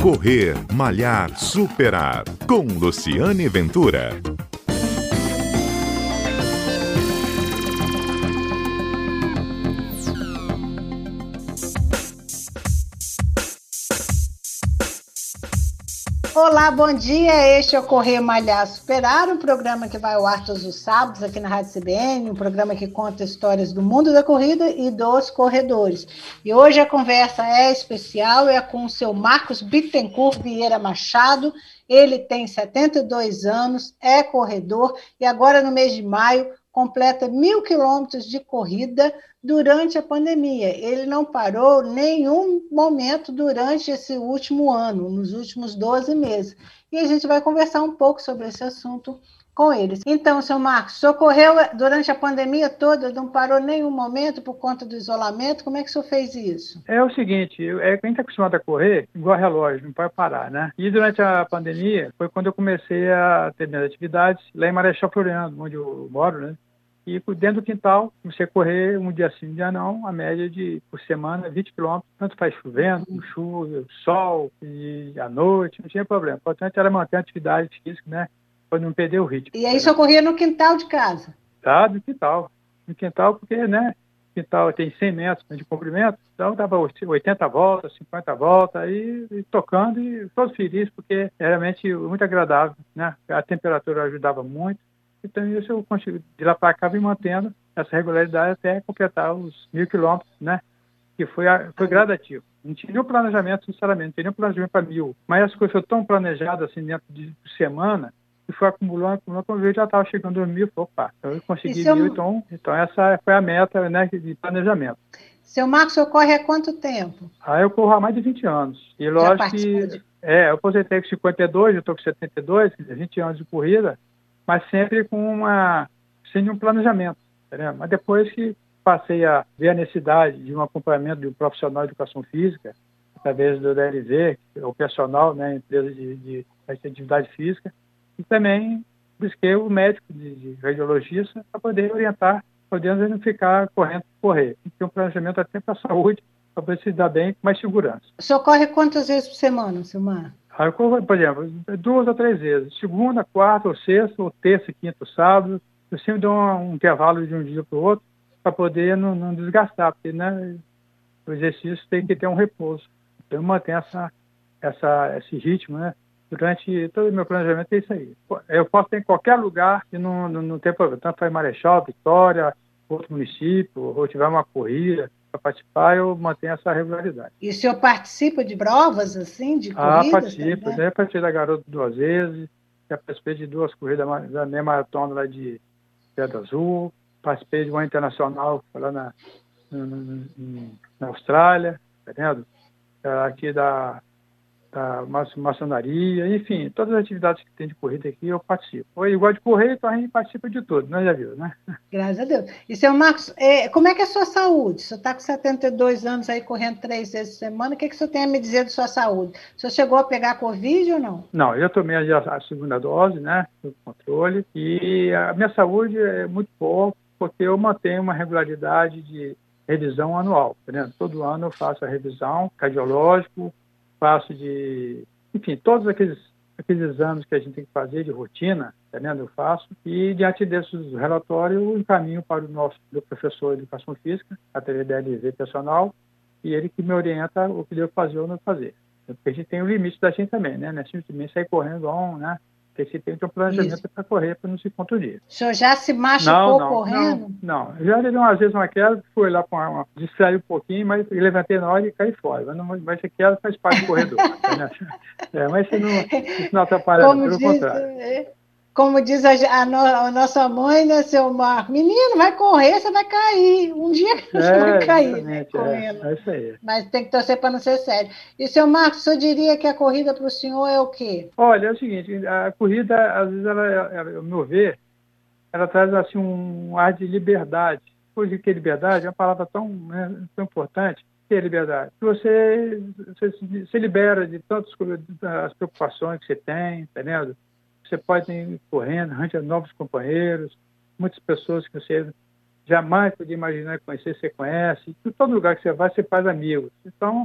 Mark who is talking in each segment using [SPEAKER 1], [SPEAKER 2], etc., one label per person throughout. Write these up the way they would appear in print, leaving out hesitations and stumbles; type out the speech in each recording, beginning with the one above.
[SPEAKER 1] Correr, Malhar, Superar, com Luciane Ventura.
[SPEAKER 2] Olá, bom dia. Este é o Correr, Malhar, Superar, um programa que vai ao ar todos os sábados aqui na Rádio CBN, um programa que conta histórias do mundo da corrida e dos corredores. E hoje a conversa é especial, é com o seu Marcos Bittencourt Vieira Machado. Ele tem 72 anos, é corredor e agora no mês de maio completa 1.000 quilômetros de corrida durante a pandemia. Ele não parou nenhum momento durante esse último ano, nos últimos 12 meses. E a gente vai conversar um pouco sobre esse assunto com eles. Então, seu Marcos, o senhor correu durante a pandemia toda, não parou nenhum momento por conta do isolamento? Como é que o senhor fez isso?
[SPEAKER 3] É o seguinte, a gente está acostumado a correr igual relógio, não pode parar, né? E durante a pandemia foi quando eu comecei a ter minhas atividades lá em Marechal Floriano, onde eu moro, né? E dentro do quintal, comecei a correr um dia sim, um dia não, a média de, por semana, 20 quilômetros, tanto faz chovendo, com chuva, sol, e à noite, não tinha problema. O importante era manter a atividade física, né? Para não perder o ritmo.
[SPEAKER 2] E aí o senhor corria no quintal de casa?
[SPEAKER 3] Tá, no quintal. No quintal, porque, né? O quintal tem 100 metros de comprimento, então dava 80 voltas, 50 voltas, aí e tocando e todo feliz, porque era realmente muito agradável, né? A temperatura ajudava muito. Então, isso eu consigo, de lá para cá, vim mantendo essa regularidade até completar os 1.000 quilômetros, né? Que foi gradativo. Não tinha nenhum planejamento, sinceramente, não tinha nenhum planejamento para 1.000. Mas as coisas foram tão planejadas, assim, dentro de semana, que foi acumulando, quando eu já estava chegando aos 1.000, opa, então eu consegui 1.000, então essa foi a meta, né, de planejamento.
[SPEAKER 2] Seu Marcos, o senhor corre há quanto tempo?
[SPEAKER 3] Eu corro há mais de 20 anos. E lógico que, eu aposentei com 52, eu estou com 72, 20 anos de corrida, mas sempre sem nenhum planejamento, entendeu? Mas depois que passei a ver a necessidade de um acompanhamento de um profissional de educação física, através do DLV, que é o personal, né, empresa de atividade física, e também busquei o médico de radiologista para poder orientar, podendo não ficar correndo por correr. Tem que ter um planejamento até para a saúde, para poder se dar bem com mais segurança.
[SPEAKER 2] O senhor corre quantas vezes por semana, seu Marcos?
[SPEAKER 3] Eu corro, por exemplo, 2 ou 3 vezes. Segunda, quarta ou sexta, ou terça, quinta ou sábado. Eu sempre dou um intervalo de um dia para o outro para poder não desgastar, porque, né, o exercício tem que ter um repouso. Então, eu mantenho esse ritmo, né? Durante todo o meu planejamento é isso aí. Eu posso ter em qualquer lugar e não tem problema. Tanto foi Marechal, Vitória, outro município, ou tiver uma corrida para participar, eu mantenho essa regularidade.
[SPEAKER 2] E o senhor participa de provas, assim, de corridas?
[SPEAKER 3] Participo. Já participei da Garoto 2 vezes, já participei de 2 corridas da meia maratona lá de Pedra Azul, participei de uma internacional lá na Austrália, tá vendo? Aqui da maçonaria, enfim, todas as atividades que tem de corrida aqui eu participo. Ou igual de correr, então a gente participa de tudo, né? Já viu, né?
[SPEAKER 2] Graças a Deus. E, seu Marcos, como é que é a sua saúde? O senhor está com 72 anos aí, correndo 3 vezes por semana, o que o senhor tem a me dizer da sua saúde? O senhor chegou a pegar Covid ou não?
[SPEAKER 3] Não, eu tomei a segunda dose, né, do controle, e a minha saúde é muito boa, porque eu mantenho uma regularidade de revisão anual, tá vendo? Todo ano eu faço a revisão cardiológico, faço enfim, todos aqueles exames que a gente tem que fazer de rotina, tá vendo? Eu faço, e diante desses relatórios eu encaminho para o meu professor de educação física, através da LV personal, e ele que me orienta o que devo fazer ou não fazer. Porque a gente tem o limite da gente também, né? Não é simplesmente sair correndo, né? Porque se tem um planejamento para correr, para não se contundir.
[SPEAKER 2] O senhor já se machucou correndo?
[SPEAKER 3] Não. Já levei umas vezes uma queda, fui lá com distraí um pouquinho, mas levantei na hora e caí fora. Mas a queda faz parte do corredor. Né? Mas isso não atrapalha, pelo contrário.
[SPEAKER 2] Como diz a nossa mãe, né, seu Marco? Menino, vai correr, você vai cair. Um dia você vai cair, né, correndo.
[SPEAKER 3] É isso aí.
[SPEAKER 2] Mas tem que torcer para não ser sério. E, seu Marcos, o senhor diria que a corrida para o senhor é o quê?
[SPEAKER 3] Olha, é o seguinte, a corrida, às vezes, ao meu ver, ela traz assim, um ar de liberdade. Por que liberdade é uma palavra tão importante. O que é liberdade? Você se libera de tantas as preocupações que você tem, entendeu? Você pode ir correndo, arranja novos companheiros, muitas pessoas que você jamais podia imaginar conhecer, você conhece. Em todo lugar que você vai, você faz amigos. Então,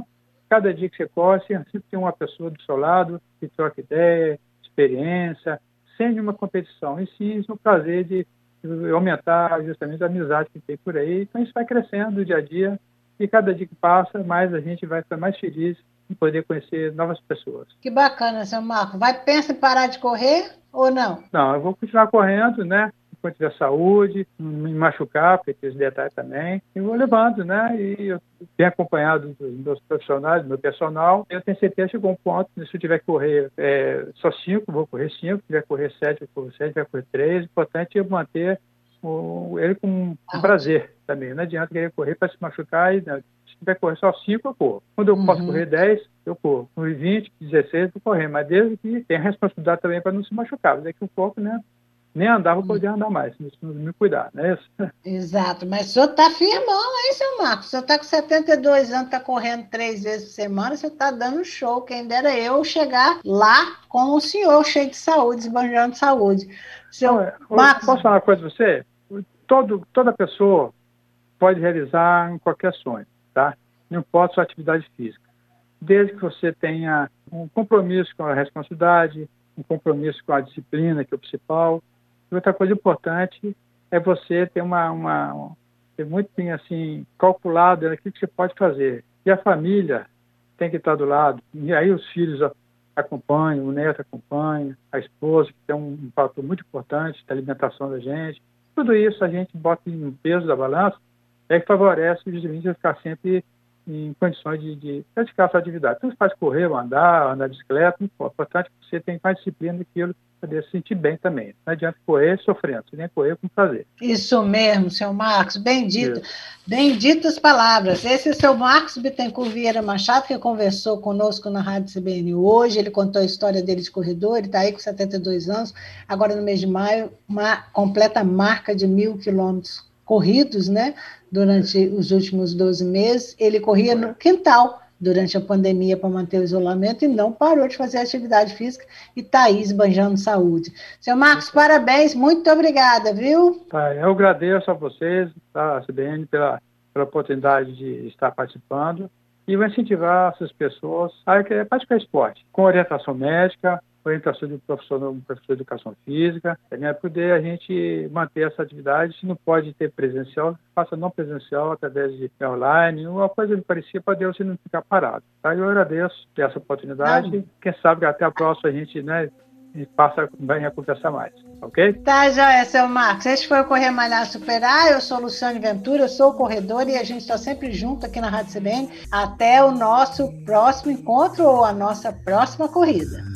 [SPEAKER 3] cada dia que você corre, você sempre tem uma pessoa do seu lado que troca ideia, experiência, sem nenhuma competição, e sim o prazer de aumentar justamente a amizade que tem por aí. Então isso vai crescendo dia a dia, e cada dia que passa, mais a gente vai ficar mais feliz em poder conhecer novas pessoas.
[SPEAKER 2] Que bacana, seu Marco. Pensa em parar de correr ou não?
[SPEAKER 3] Não, eu vou continuar correndo, né? Enquanto tiver saúde, não me machucar, porque tem esse detalhe também. E vou levando, né? E eu tenho acompanhado dos meus profissionais, do meu personal. Eu tenho certeza que chegou um ponto, se eu tiver que correr só 5, vou correr 5. Se tiver que correr 7, eu corro 7, vai correr 3. O importante é manter ele com prazer também. Não adianta querer correr para se machucar. E, né? Se tiver que correr só 5, eu corro. Quando eu posso correr 10, eu corro. Com 20, 16, eu vou correr. Mas desde que tenha responsabilidade também para não se machucar. Daqui a pouco, né? Nem andar, vou poder andar mais, se não me cuidar, não é isso?
[SPEAKER 2] Exato, mas o senhor está firmão aí, seu Marcos. O senhor está com 72 anos, está correndo 3 vezes por semana, você está dando show. Quem dera eu chegar lá com o senhor, cheio de saúde, esbanjando saúde.
[SPEAKER 3] Marcos, posso falar uma coisa para você? Toda pessoa pode realizar em qualquer sonho, tá? Não importa a sua atividade física. Desde que você tenha um compromisso com a responsabilidade, um compromisso com a disciplina, que é o principal. E outra coisa importante é você ter ter muito bem assim, calculado o que você pode fazer. E a família tem que estar do lado. E aí os filhos acompanham, o neto acompanha, a esposa, que tem um fator muito importante da alimentação da gente. Tudo isso a gente bota em peso da balança, que favorece o justamente a ficar sempre em condições de praticar a sua atividade. Então, você pode correr, ou andar de bicicleta, não importa. O importante é que você tenha mais disciplina daquilo para poder se sentir bem também. Não adianta correr sofrendo, você tem que correr com prazer.
[SPEAKER 2] Isso mesmo, seu Marcos, bendito. Benditas palavras. Esse é o seu Marcos Bittencourt Vieira Machado, que conversou conosco na Rádio CBN hoje. Ele contou a história dele de corredor, ele está aí com 72 anos, agora no mês de maio, uma completa marca de 1.000 quilômetros corridos, né? Durante os últimos 12 meses, ele corria no quintal durante a pandemia para manter o isolamento e não parou de fazer atividade física e está aí esbanjando saúde. Seu Marcos, parabéns, muito obrigada, viu?
[SPEAKER 3] Eu agradeço a vocês, a CBN, pela oportunidade de estar participando e vou incentivar essas pessoas a praticar esporte, com orientação médica, orientação de um professor de educação física, para poder a gente manter essa atividade. Se não pode ter presencial, faça não presencial através de online, uma coisa que parecia para Deus você não ficar parado. Tá? Eu agradeço essa oportunidade. Quem sabe até a próxima a gente, né, vai conversar mais, ok?
[SPEAKER 2] Tá, joia, seu Marcos. Este foi o Correr Malhar Superar. Eu sou Luciane Ventura, eu sou corredora e a gente está sempre junto aqui na Rádio CBN. Até o nosso próximo encontro ou a nossa próxima corrida.